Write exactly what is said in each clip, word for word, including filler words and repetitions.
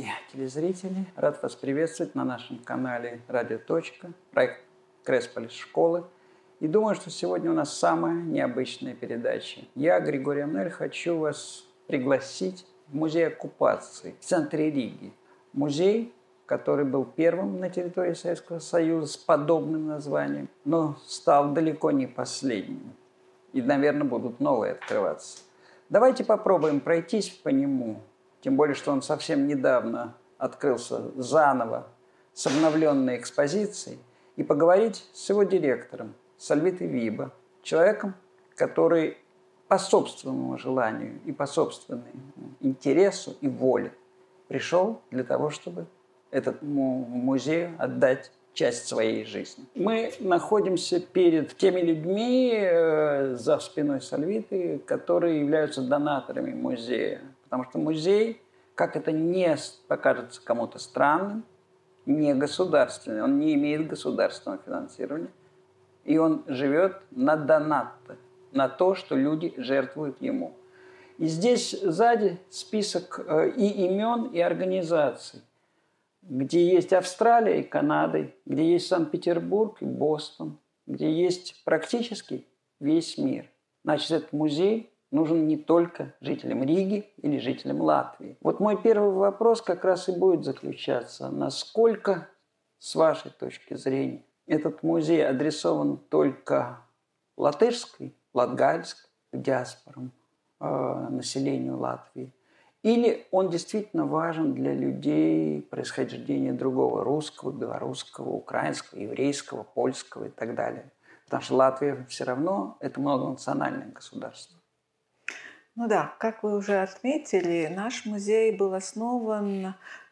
дорогие телезрители! Рад вас приветствовать на нашем канале «Радио. Проект Кресполис школы». И думаю, что сегодня у нас самая необычная передача. Я, Григорий Амнель, хочу вас пригласить в музей оккупации в центре Риги. Музей, который был первым на территории Советского Союза с подобным названием, но стал далеко не последним. И, наверное, будут новые открываться. Давайте попробуем пройтись по нему. Тем более, что он совсем недавно открылся заново с обновленной экспозицией, и поговорить с его директором, с Альвитой Вибо, человеком, который по собственному желанию и по собственному интересу и воле пришел для того, чтобы этому музею отдать часть своей жизни. Мы находимся перед теми людьми э, за спиной Сальвиты, которые являются донаторами музея. Потому что музей, как это не покажется кому-то странным, не государственный, он не имеет государственного финансирования, и он живет на донаты, на то, что люди жертвуют ему. И здесь сзади список э, и имен, и организаций, где есть Австралия и Канада, где есть Санкт-Петербург и Бостон, где есть практически весь мир. Значит, этот музей нужен не только жителям Риги или жителям Латвии. Вот мой первый вопрос как раз и будет заключаться, насколько, с вашей точки зрения, этот музей адресован только латышской, латгальской диаспорам, э, населению Латвии, или он действительно важен для людей происхождения другого, русского, белорусского, украинского, еврейского, польского и так далее. Потому что Латвия все равно это многонациональное государство. Ну да, как вы уже отметили, наш музей был основан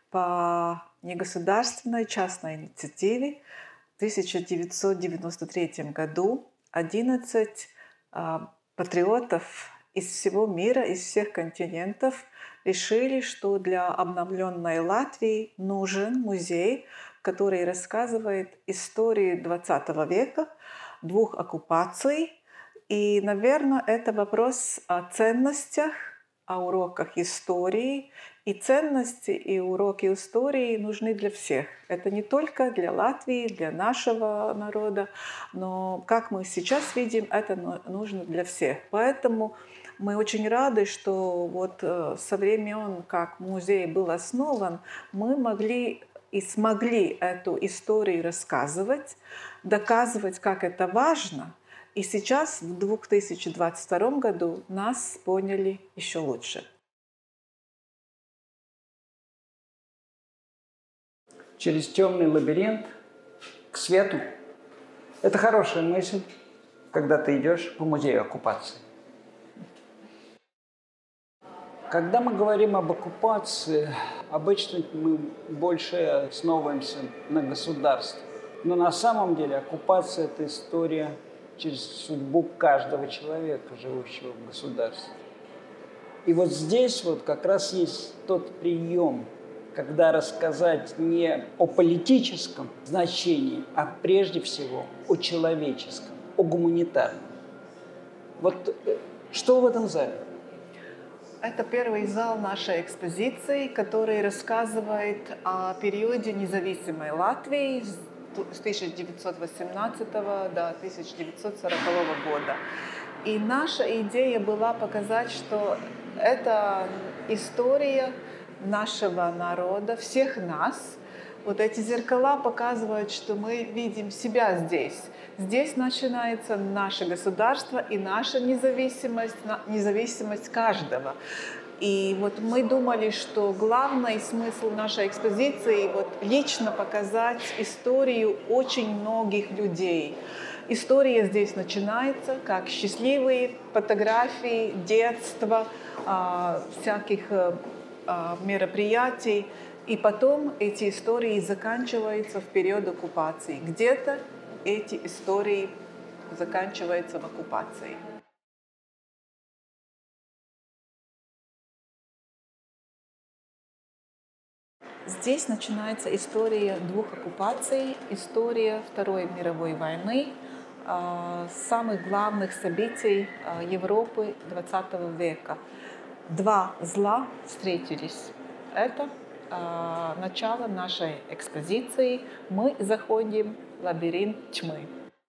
по негосударственной частной инициативе в тысяча девятьсот девяносто третьем году. одиннадцать э, патриотов из всего мира, из всех континентов решили, что для обновленной Латвии нужен музей, который рассказывает историю двадцатого века, двух оккупаций. И, наверное, это вопрос о ценностях, о уроках истории. И ценности и уроки истории нужны для всех. Это не только для Латвии, для нашего народа, но, как мы сейчас видим, это нужно для всех. Поэтому мы очень рады, что вот со времен, как музей был основан, мы могли и смогли эту историю рассказывать, доказывать, как это важно. И сейчас, в две тысячи двадцать втором году, нас поняли еще лучше. Через темный лабиринт к свету. Это хорошая мысль, когда ты идешь по музею оккупации. Когда мы говорим об оккупации, обычно мы больше основываемся на государстве. Но на самом деле оккупация – это история через судьбу каждого человека, живущего в государстве. И вот здесь вот как раз есть тот прием, когда рассказать не о политическом значении, а прежде всего о человеческом, о гуманитарном. Вот что в этом зале? Это первый зал нашей экспозиции, который рассказывает о периоде независимой Латвии с тысяча девятьсот восемнадцатого до тысяча девятьсот сорокового года. И наша идея была показать, что это история нашего народа, всех нас. Вот эти зеркала показывают, что мы видим себя здесь. Здесь начинается наше государство и наша независимость, независимость каждого. И вот мы думали, что главный смысл нашей экспозиции вот лично показать историю очень многих людей. История здесь начинается как счастливые фотографии детства, всяких мероприятий. И потом эти истории заканчиваются в период оккупации. Где-то эти истории заканчиваются в оккупации. Здесь начинается история двух оккупаций, история Второй мировой войны, самых главных событий Европы двадцатого века. Два зла встретились. Это э, начало нашей экспозиции мы заходим в лабиринт тьмы.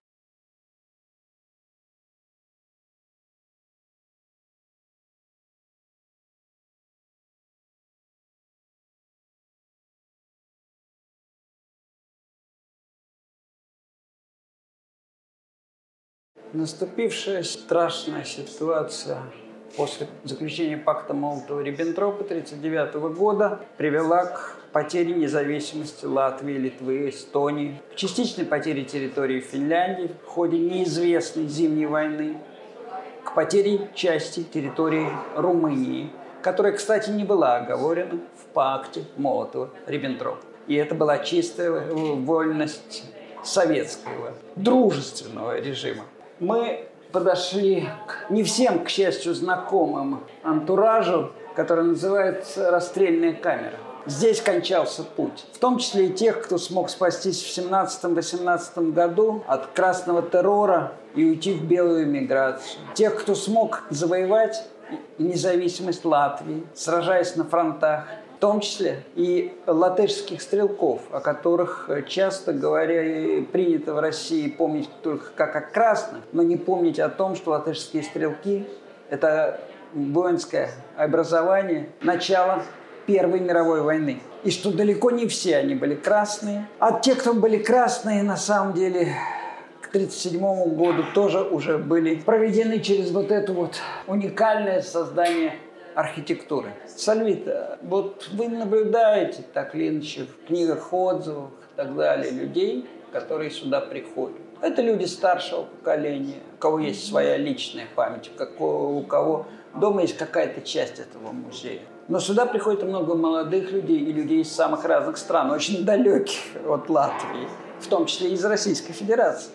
Наступившая страшная ситуация после заключения пакта Молотова-Риббентропа тысяча девятьсот тридцать девятого года привела к потере независимости Латвии, Литвы, Эстонии, к частичной потере территории Финляндии в ходе неизвестной зимней войны, к потере части территории Румынии, которая, кстати, не была оговорена в пакте Молотова-Риббентропа. И это была чистая вольность советского, дружественного режима. Мы подошли к не всем, к счастью, знакомым антуражу, который называется «расстрельная камера». Здесь кончался путь, в том числе и тех, кто смог спастись в семнадцатом-восемнадцатом году от красного террора и уйти в белую эмиграцию. Тех, кто смог завоевать независимость Латвии, сражаясь на фронтах, в том числе и латышских стрелков, о которых, часто говоря, принято в России помнить только как о красных, но не помнить о том, что латышские стрелки – это воинское образование начала Первой мировой войны. И что далеко не все они были красные. А те, кто были красные, на самом деле, к тридцать седьмому году тоже уже были проведены через вот это вот уникальное создание архитектуры. Сальвита, вот вы наблюдаете, так или иначе, в книгах отзывах и так далее, людей, которые сюда приходят. Это люди старшего поколения, у кого есть своя личная память, у кого дома есть какая-то часть этого музея. Но сюда приходит много молодых людей и людей из самых разных стран, очень далеких от Латвии, в том числе из Российской Федерации.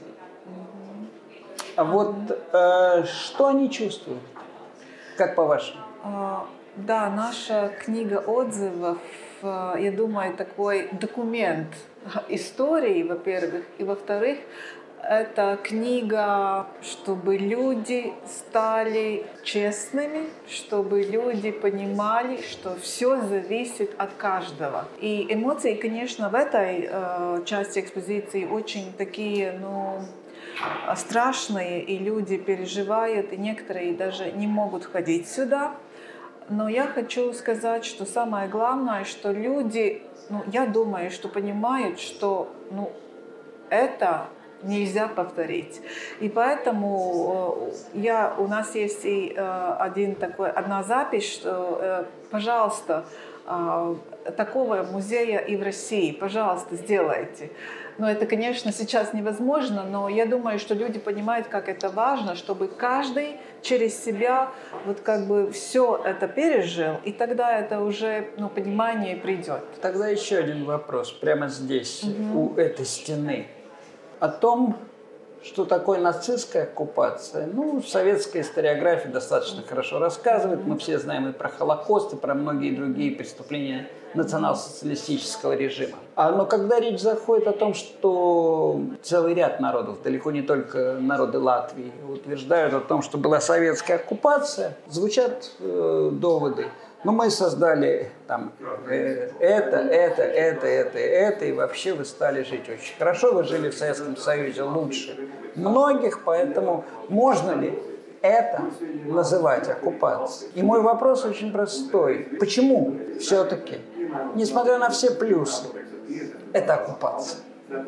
А вот э, что они чувствуют? Как по-вашему? Да, наша книга отзывов, я думаю, такой документ истории, во-первых, и во-вторых, это книга, чтобы люди стали честными, чтобы люди понимали, что все зависит от каждого. И эмоции, конечно, в этой э, части экспозиции очень такие, ну, страшные, и люди переживают, и некоторые даже не могут ходить сюда. Но я хочу сказать, что самое главное, что люди, ну, я думаю, что понимают, что, ну, это нельзя повторить. И поэтому я, у нас есть и один такой, одна запись, что, пожалуйста, такого музея и в России, пожалуйста, сделайте. Но это, конечно, сейчас невозможно, но я думаю, что люди понимают, как это важно, чтобы каждый через себя вот как бы все это пережил, и тогда это уже, ну, понимание придет. Тогда еще один вопрос прямо здесь, угу. у этой стены. О том, что такое нацистская оккупация. Ну, советская историография достаточно хорошо рассказывает. Мы все знаем и про Холокост, и про многие другие преступления национал-социалистического режима. А, но когда речь заходит о том, что целый ряд народов, далеко не только народы Латвии, утверждают о том, что была советская оккупация, звучат э, доводы. Но мы создали там э, это, это, это, это, это, и вообще вы стали жить очень хорошо, вы жили в Советском Союзе лучше многих, поэтому можно ли это называть оккупацией? И мой вопрос очень простой. Почему все-таки, несмотря на все плюсы, это оккупация?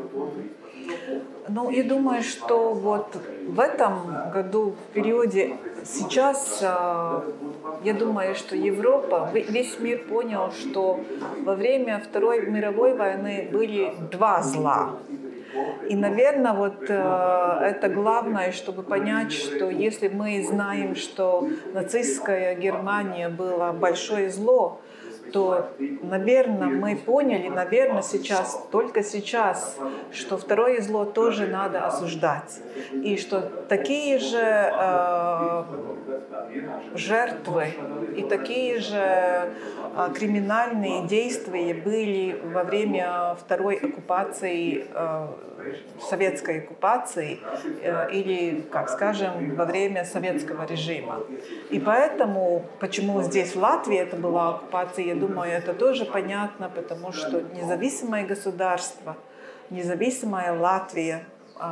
Ну, я думаю, что вот в этом году, в периоде сейчас, я думаю, что Европа, весь мир понял, что во время Второй мировой войны были два зла. И, наверное, вот это главное, чтобы понять, что если мы знаем, что нацистская Германия была большое зло, то, наверное, мы поняли, наверное, сейчас, только сейчас, что второе зло тоже надо осуждать. И что такие же э, жертвы и такие же криминальные действия были во время второй оккупации, советской оккупации или, как скажем, во время советского режима. И поэтому, почему здесь в Латвии это была оккупация, я думаю, это тоже понятно, потому что независимое государство, независимая Латвия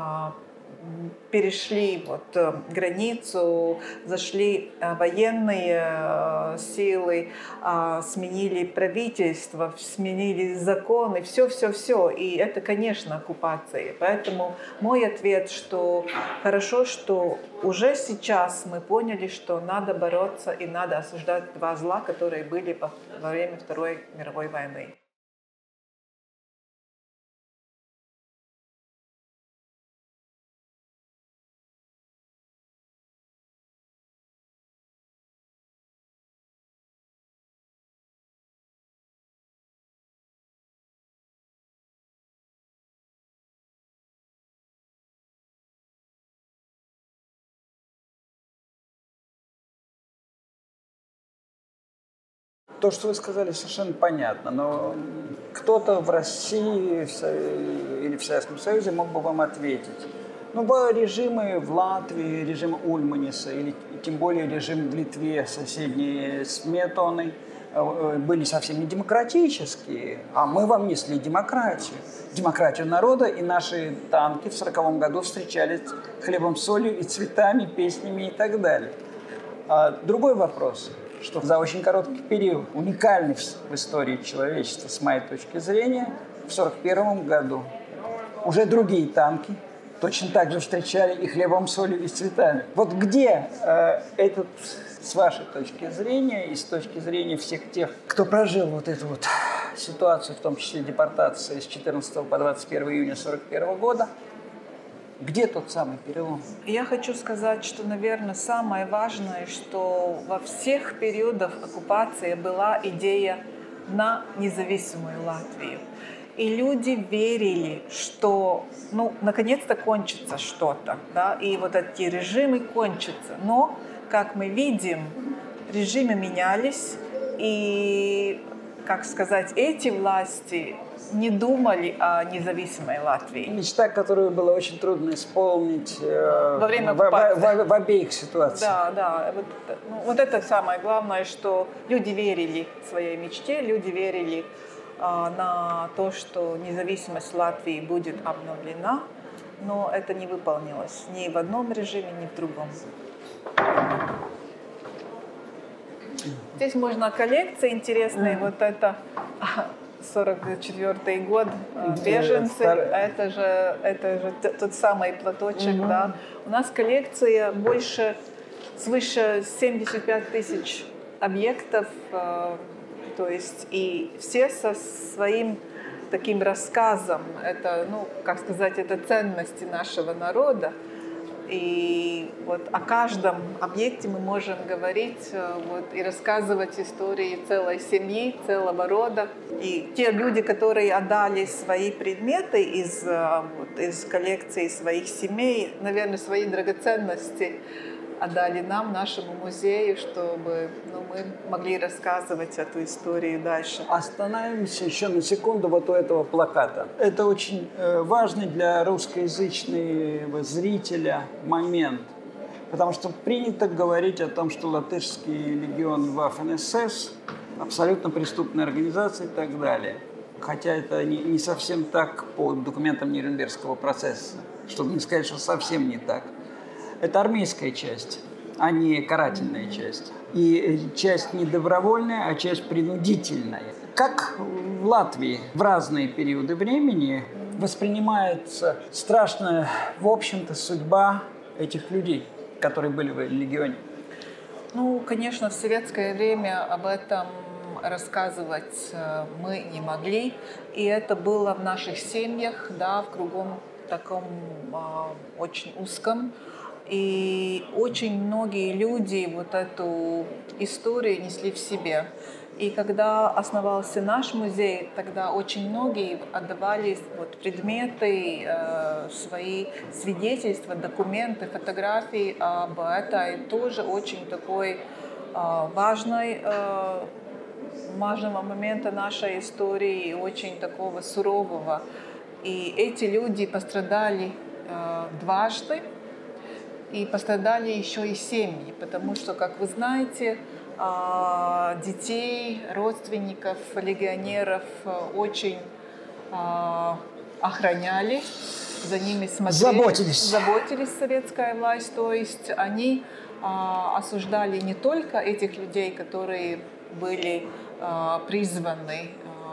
перешли вот границу, зашли военные силы, сменили правительство, сменили законы, все-все-все. И это, конечно, оккупация. Поэтому мой ответ, что хорошо, что уже сейчас мы поняли, что надо бороться и надо осуждать два зла, которые были во время Второй мировой войны. То, что вы сказали, совершенно понятно, но кто-то в России или в Советском Союзе мог бы вам ответить. Ну, режимы в Латвии, режим Ульманиса, или тем более режим в Литве, соседние Сметоны, были совсем не демократические, а мы вам несли демократию. Демократию народа, и наши танки в сороковом году встречались хлебом, солью и цветами, песнями и так далее. А другой вопрос, что за очень короткий период, уникальный в истории человечества, с моей точки зрения, в сорок первом году уже другие танки точно так же встречали и хлебом, солью, и цветами. Вот где э, этот, с вашей точки зрения и с точки зрения всех тех, кто прожил вот эту вот ситуацию, в том числе депортации с четырнадцатого по двадцать первое июня сорок первого года, где тот самый перелом? Я хочу сказать, что, наверное, самое важное, что во всех периодах оккупации была идея на независимую Латвию. И люди верили, что, ну, наконец-то кончится что-то, да, и вот эти режимы кончатся. Но, как мы видим, режимы менялись, и, как сказать, эти власти не думали о независимой Латвии. Мечта, которую было очень трудно исполнить э, во время в, в, в, в обеих ситуациях. Да, да. Вот, ну, вот это самое главное, что люди верили своей мечте, люди верили э, на то, что независимость Латвии будет обновлена, но это не выполнилось ни в одном режиме, ни в другом. Здесь можно коллекция интересная, mm-hmm. вот это сорок четвёртый год, беженцы, это же, это же тот самый платочек, mm-hmm. да. У нас коллекция больше, свыше семьдесят пять тысяч объектов, то есть и все со своим таким рассказом, это, ну, как сказать, это ценности нашего народа. И вот о каждом объекте мы можем говорить вот, и рассказывать истории целой семьи, целого рода. И те люди, которые отдали свои предметы из, вот, из коллекции своих семей, наверное, свои драгоценности отдали нам, нашему музею, чтобы ну, мы могли рассказывать эту историю дальше. Остановимся еще на секунду вот у этого плаката. Это очень э, важный для русскоязычного зрителя момент, потому что принято говорить о том, что латышский легион Waffen-эс эс абсолютно преступная организация и так далее. Хотя это не, не совсем так по документам Нюрнбергского процесса, чтобы не сказать, что совсем не так. Это армейская часть, а не карательная часть. И часть не добровольная, а часть принудительная. Как в Латвии в разные периоды времени воспринимается страшная, в общем-то, судьба этих людей, которые были в легионе? Ну, конечно, в советское время об этом рассказывать мы не могли. И это было в наших семьях, да, в кругом таком э, очень узком. И очень многие люди вот эту историю несли в себе. И когда основался наш музей, тогда очень многие отдавали вот предметы, э, свои свидетельства, документы, фотографии об этой тоже очень такой важной, важного момента нашей истории, очень такого сурового. И эти люди пострадали дважды, и пострадали еще и семьи, потому что, как вы знаете, детей, родственников, легионеров очень охраняли, за ними смотрели, заботились. заботились советская власть, то есть они осуждали не только этих людей, которые были призваны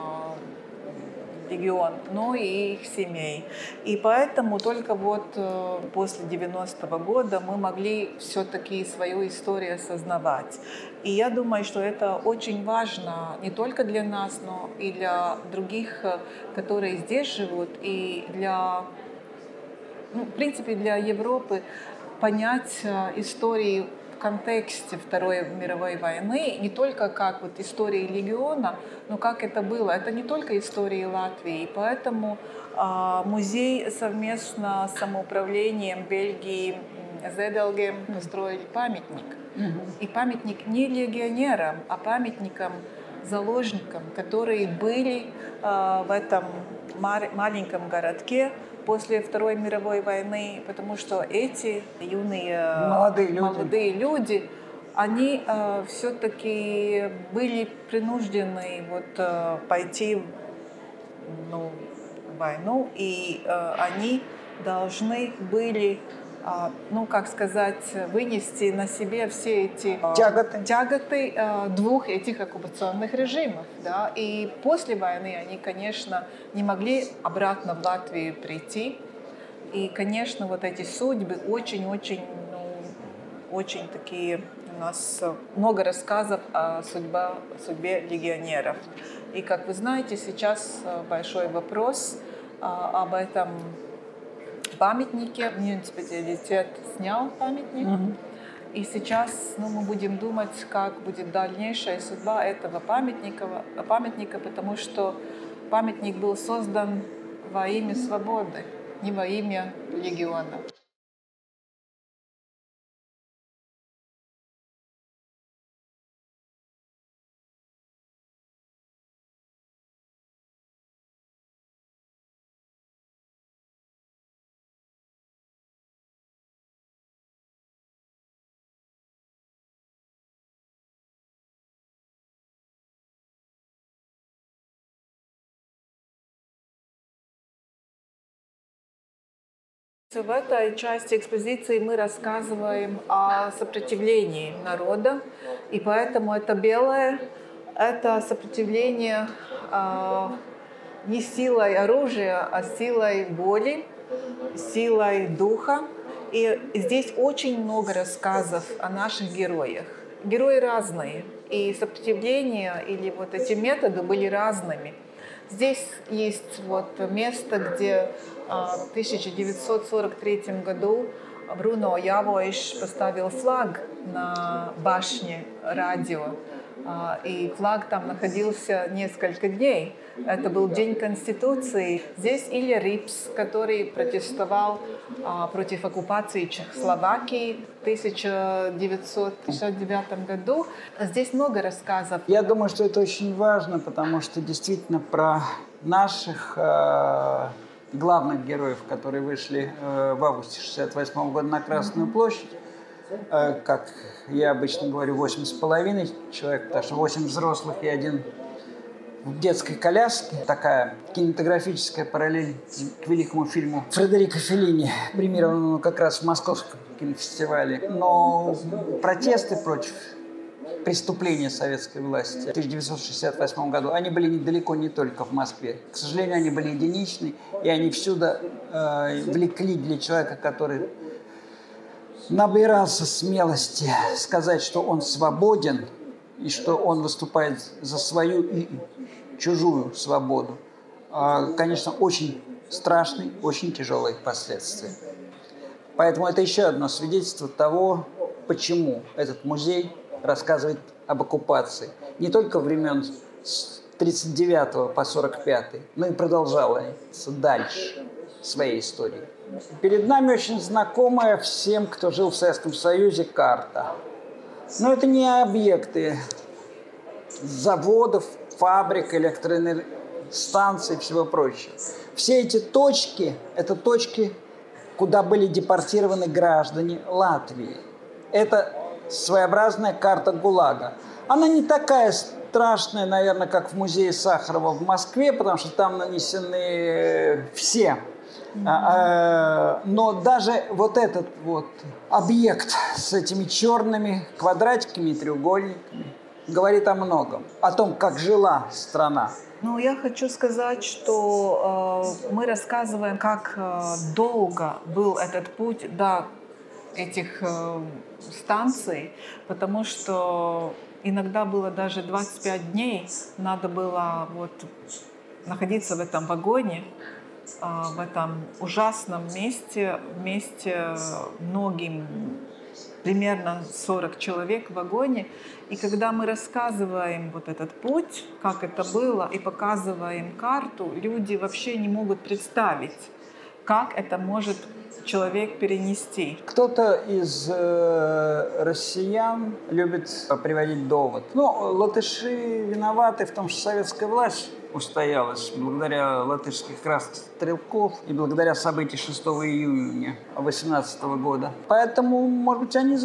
легион, но и их семей. И поэтому только вот после девяностого года мы могли все-таки свою историю осознавать. И я думаю, что это очень важно не только для нас, но и для других, которые здесь живут, и для, ну, в принципе, для Европы понять истории в контексте Второй мировой войны, не только как вот истории легиона, но как это было. Это не только истории Латвии. И поэтому э, музей совместно с самоуправлением Бельгии Зеделгем построили памятник. Mm-hmm. И памятник не легионерам, а памятникам заложникам, которые были э, в этом маленьком городке после Второй мировой войны, потому что эти юные молодые люди, молодые люди они э, все-таки были принуждены вот, э, пойти ну, в войну, и э, они должны были, э, ну, как сказать, вынести на себе все эти э, тяготы, тяготы э, двух этих оккупационных режимов. Да? И после войны они, конечно, не могли обратно в Латвию прийти. И, конечно, вот эти судьбы очень-очень, ну, очень такие... У нас много рассказов о судьбе, о судьбе легионеров. И, как вы знаете, сейчас большой вопрос об этом памятнике. Муниципалитет снял памятник. Mm-hmm. И сейчас ну, мы будем думать, как будет дальнейшая судьба этого памятника, памятника, потому что памятник был создан во имя свободы, не во имя легиона. В этой части экспозиции мы рассказываем о сопротивлении народа, и поэтому это белое, это сопротивление э, не силой оружия, а силой воли, силой духа. И здесь очень много рассказов о наших героях. Герои разные, и сопротивление или вот эти методы были разными. Здесь есть вот место, где в тысяча девятьсот сорок третьем году Бруно Явойш поставил флаг на башне радио. И флаг там находился несколько дней. Это был День Конституции. Здесь Илья Рипс, который протестовал против оккупации Чехословакии в тысяча девятьсот шестьдесят девятом году. Здесь много рассказов. Я думаю, что это очень важно, потому что действительно про наших э, главных героев, которые вышли э, в августе шестьдесят восьмого года на Красную площадь, э, как я обычно говорю, восемь с половиной человек, потому что восемь взрослых и один в детской коляске. Такая кинематографическая параллель к великому фильму Фредерико Феллини, премьерованному как раз в Московском кинофестивале. Но протесты против преступления советской власти в тысяча девятьсот шестьдесят восьмом году, они были далеко не только в Москве. К сожалению, они были единичны, и они всюду э, влекли для человека, который набирался смелости сказать, что он свободен, и что он выступает за свою и чужую свободу. Конечно, очень страшные, очень тяжелые последствия. Поэтому это еще одно свидетельство того, почему этот музей рассказывает об оккупации. Не только времен с тридцать девятого по сорок пятый, но и продолжала дальше своей истории. Перед нами очень знакомая всем, кто жил в Советском Союзе, карта. Но это не объекты заводов, фабрик, электроэнергостанций и всего прочего. Все эти точки – это точки, куда были депортированы граждане Латвии. Это своеобразная карта ГУЛАГа. Она не такая страшная, наверное, как в музее Сахарова в Москве, потому что там нанесены все. Mm-hmm. Но даже вот этот вот объект с этими черными квадратиками и треугольниками говорит о многом. О том, как жила страна. Ну, я хочу сказать, что э, мы рассказываем, как э, долго был этот путь до этих э, станций, потому что иногда было даже двадцать пять дней, надо было вот находиться в этом вагоне, э, в этом ужасном месте, вместе многим, примерно сорок человек в вагоне. И когда мы рассказываем вот этот путь, как это было, и показываем карту, люди вообще не могут представить, как это может человек перенести. Кто-то из э, россиян любит приводить довод. Ну, латыши виноваты в том, что советская власть устоялась благодаря латышских красных стрелков и благодаря событиям шестого июня две тысячи восемнадцатого года. Поэтому, может быть, они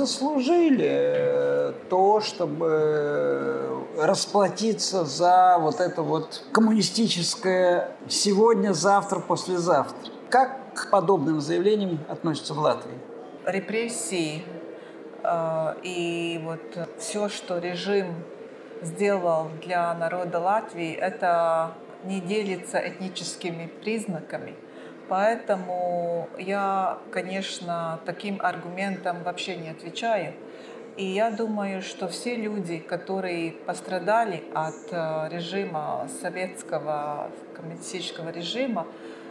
заслужили то, чтобы расплатиться за вот это вот коммунистическое сегодня, завтра, послезавтра. Как к подобным заявлениям относятся в Латвии? Репрессии э, и вот все, что режим сделал для народа Латвии, это не делится этническими признаками. Поэтому я, конечно, таким аргументом вообще не отвечаю. И я думаю, что все люди, которые пострадали от режима, советского коммунистического режима,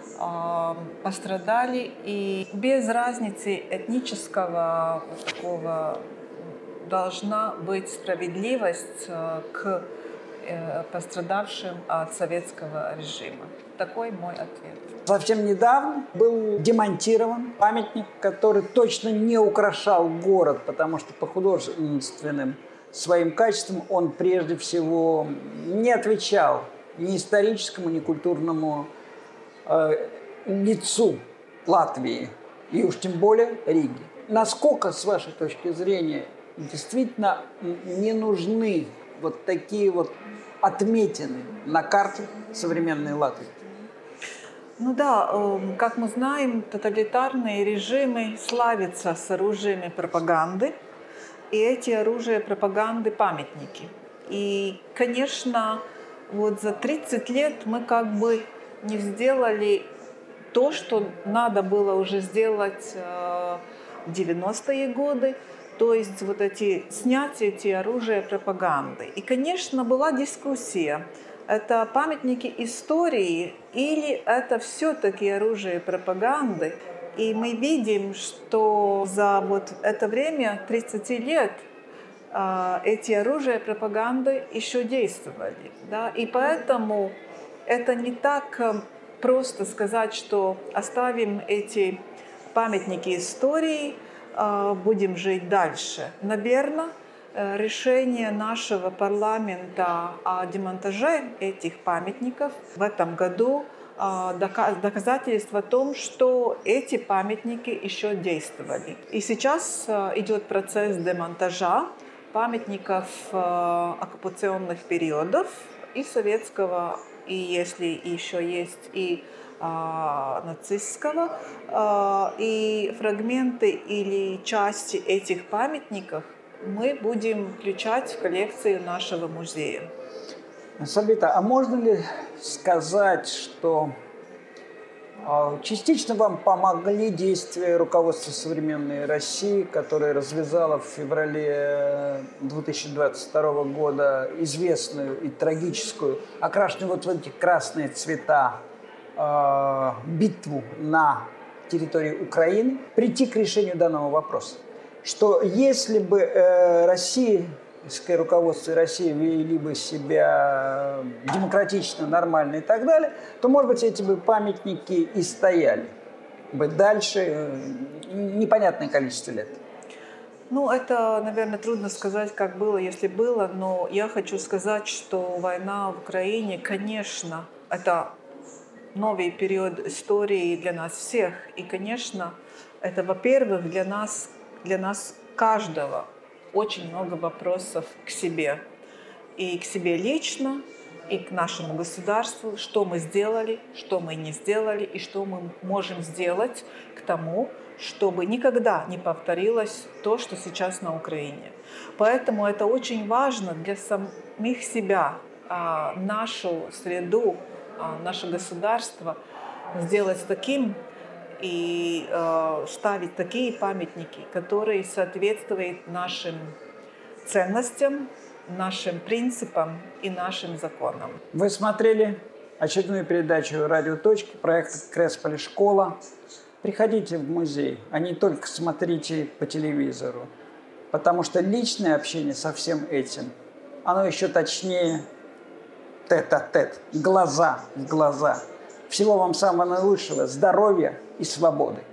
пострадали, и без разницы этнического такого должна быть справедливость к пострадавшим от советского режима. Такой мой ответ. Совсем недавно был демонтирован памятник, который точно не украшал город, потому что по художественным своим качествам он прежде всего не отвечал ни историческому, ни культурному э, лицу Латвии, и уж тем более Риги. Насколько, с вашей точки зрения, действительно не нужны вот такие вот отметины на карте современной Латвии? Ну да, как мы знаем, тоталитарные режимы славятся с оружиями пропаганды, и эти оружия пропаганды – памятники. И, конечно, вот за тридцать лет мы как бы не сделали то, что надо было уже сделать в девяностые годы, то есть вот эти, снять эти оружия пропаганды. И, конечно, была дискуссия, это памятники истории или это все-таки оружие пропаганды. И мы видим, что за вот это время, тридцать лет, эти оружия пропаганды еще действовали. Да? И поэтому это не так просто сказать, что оставим эти памятники истории, будем жить дальше. Наверное, решение нашего парламента о демонтаже этих памятников в этом году доказательство о том, что эти памятники еще действовали. И сейчас идет процесс демонтажа памятников оккупационных периодов и советского, и если еще есть и нацистского, и фрагменты или части этих памятников мы будем включать в коллекцию нашего музея. Сабита, а можно ли сказать, что частично вам помогли действия руководства современной России, которое развязало в феврале две тысячи двадцать второго года известную и трагическую, окрашенную вот в эти красные цвета, битву на территории Украины, прийти к решению данного вопроса? Что если бы э, российское руководство и Россия вели бы себя демократично, нормально и так далее, то, может быть, эти бы памятники и стояли бы дальше э, непонятное количество лет. Ну, это, наверное, трудно сказать, как было, если было, но я хочу сказать, что война в Украине, конечно, это новый период истории для нас всех. И, конечно, это, во-первых, для нас, для нас каждого очень много вопросов к себе. И к себе лично, и к нашему государству, что мы сделали, что мы не сделали, и что мы можем сделать к тому, чтобы никогда не повторилось то, что сейчас на Украине. Поэтому это очень важно для самих себя, нашу среду, наше государство сделать таким и ставить такие памятники, которые соответствуют нашим ценностям, нашим принципам и нашим законам. Вы смотрели очередную передачу «Радио. Точка», проекта «Кресполи. Школа». Приходите в музей, а не только смотрите по телевизору. Потому что личное общение со всем этим, оно еще точнее тет-а-тет, глаза в глаза. Всего вам самого наилучшего, здоровья и свободы.